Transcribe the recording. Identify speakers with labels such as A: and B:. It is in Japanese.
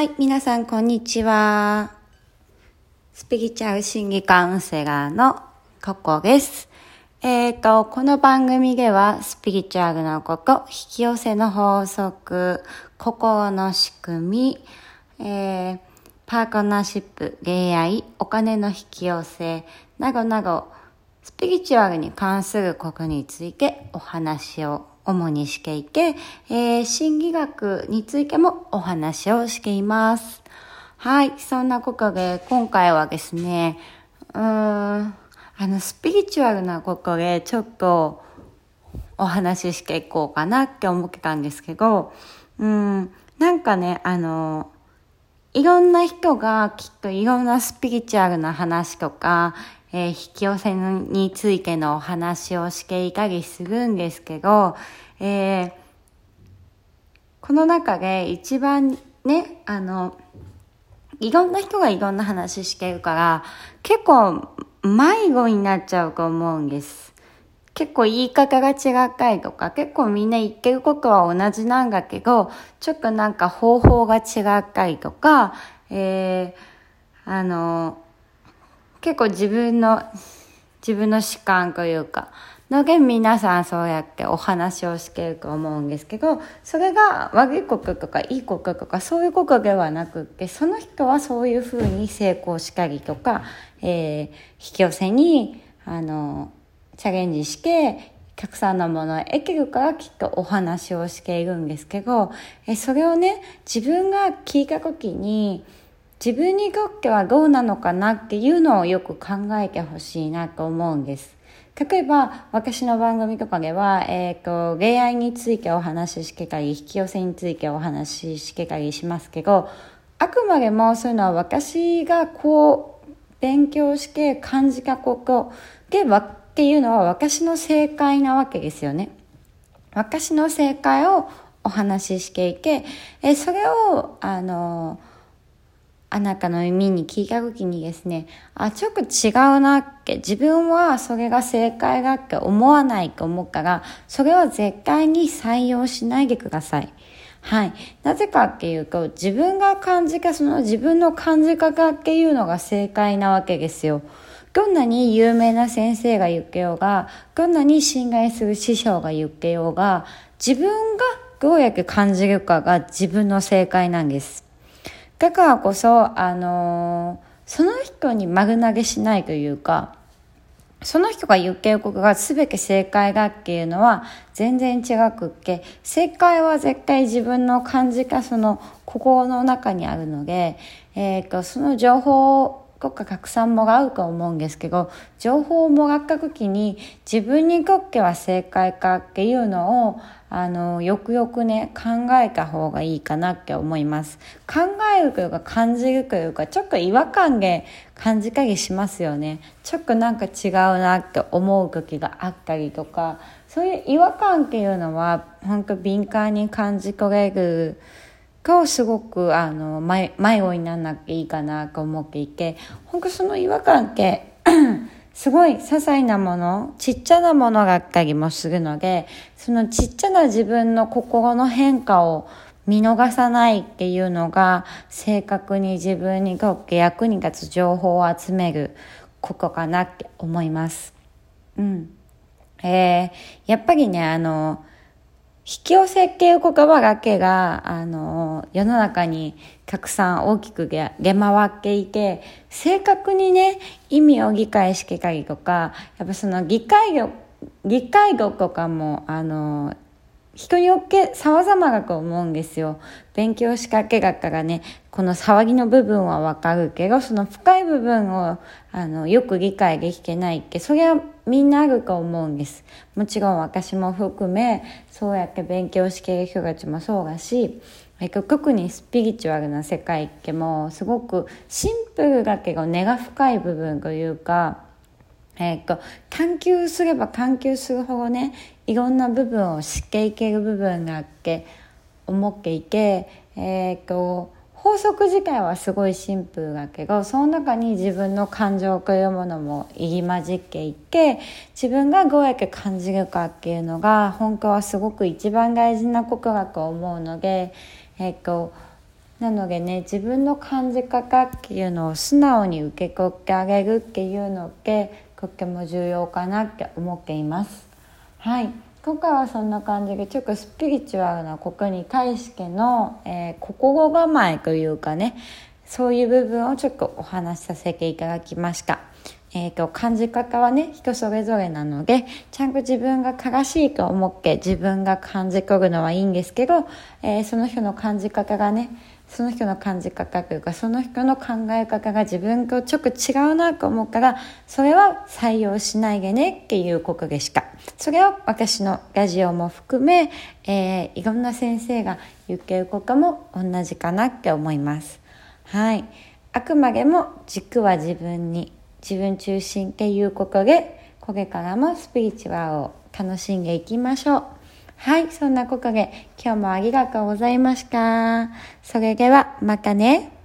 A: はい、皆さんこんにちは。スピリチュアル心理カウンセラーのココです。この番組ではスピリチュアルのこと、引き寄せの法則、心の仕組み、パートナーシップ、恋愛、お金の引き寄せなどなど、スピリチュアルに関することについてお話を主にしていて、心理学についてもお話をしています。はい、そんなことで今回はですね、スピリチュアルなことでちょっとお話ししていこうかなって思ってたんですけど、なんかね、いろんな人がきっといろんなスピリチュアルな話とか、引き寄せについてのお話をしていたりするんですけど、この中で一番ね、いろんな人がいろんな話してるから結構迷子になっちゃうと思うんです。結構言い方が違ったりとか、結構みんな言ってることは同じなんだけど、ちょっとなんか方法が違ったりとか、結構自分の主観というかので皆さんそうやってお話をしてると思うんですけど、それが悪いこととかいいこととかそういうことではなくって、その人はそういうふうに成功したりとか、引き寄せにチャレンジしてたくさんのものを得てるからきっとお話をしているんですけど、それをね、自分が聞いた時に自分にとってはどうなのかなっていうのをよく考えてほしいなと思うんです。例えば私の番組とかでは、恋愛についてお話ししてたり、引き寄せについてお話ししてたりしますけど、あくまでもそういうのは私がこう勉強して感じたことでっていうのは私の正解なわけですよね。私の正解をお話ししていて、それをあなたの耳に聞いた時にですね、ちょっと違うなって、自分はそれが正解だって思わないと思うから、それは絶対に採用しないでください。はい。なぜかっていうと、自分が感じた、その自分の感じ方っていうのが正解なわけですよ。どんなに有名な先生が言ってようが、どんなに信頼する師匠が言ってようが、自分がどうやって感じるかが自分の正解なんです。だからこそ、その人に丸投げしないというか、その人が言っていることが全て正解だっていうのは全然違くって、正解は絶対自分の感じかその心の中にあるので、その情報とかたくさんもらうと思うんですけど、情報をもらった時に自分にとっては正解かっていうのをよくよくね考えた方がいいかなって思います。考えるというか感じるというか、ちょっと違和感で感じたりしますよね。ちょっとなんか違うなって思う時があったりとか、そういう違和感っていうのは本当敏感に感じ取れるがすごく迷子にならなきゃいいかなと思っていて、本当その違和感ってすごい些細なもの、ちっちゃなものだったりもするので、そのちっちゃな自分の心の変化を見逃さないっていうのが正確に自分にとって役に立つ情報を集めることかなって思います。やっぱりね引き寄せっていう言葉だけが世の中にたくさん大きく出回っていて、正確にね意味を理解してたりとか、やっぱその理解度とかも人によって様々だと思うんですよ。勉強しかけだからね、この騒ぎの部分はわかるけど、その深い部分をよく理解できてないって、それはみんなあると思うんです。もちろん私も含め、そうやって勉強している人たちもそうだし、特にスピリチュアルな世界ってもすごくシンプルだけど根が深い部分というか、探求すれば探求するほどね、いろんな部分を知っていける部分があって思っていて、法則自体はすごいシンプルだけど、その中に自分の感情というものも入り混じっていて、自分がどうやって感じるかっていうのが本当はすごく一番大事なことだと思うので、 なのでね、自分の感じ方っていうのを素直に受け取ってあげるっていうのってとっても重要かなって思っています。はい、今回はそんな感じでちょっとスピリチュアルなことに対しての、心構えというかね、そういう部分をちょっとお話しさせていただきました。感じ方はね、人それぞれなので、ちゃんと自分が正しいと思って自分が感じ取るのはいいんですけど、その人の感じ方がね、その人の感じ方というか、その人の考え方が自分とちょっと違うなと思うから、それは採用しないでねっていうことでした。それを私のラジオも含め、いろんな先生が言っていることも同じかなって思います。はい、あくまでも軸は自分中心っていうことで、これからもスピリチュアルを楽しんでいきましょう。はい、そんなことで今日もありがとうございました。それではまたね。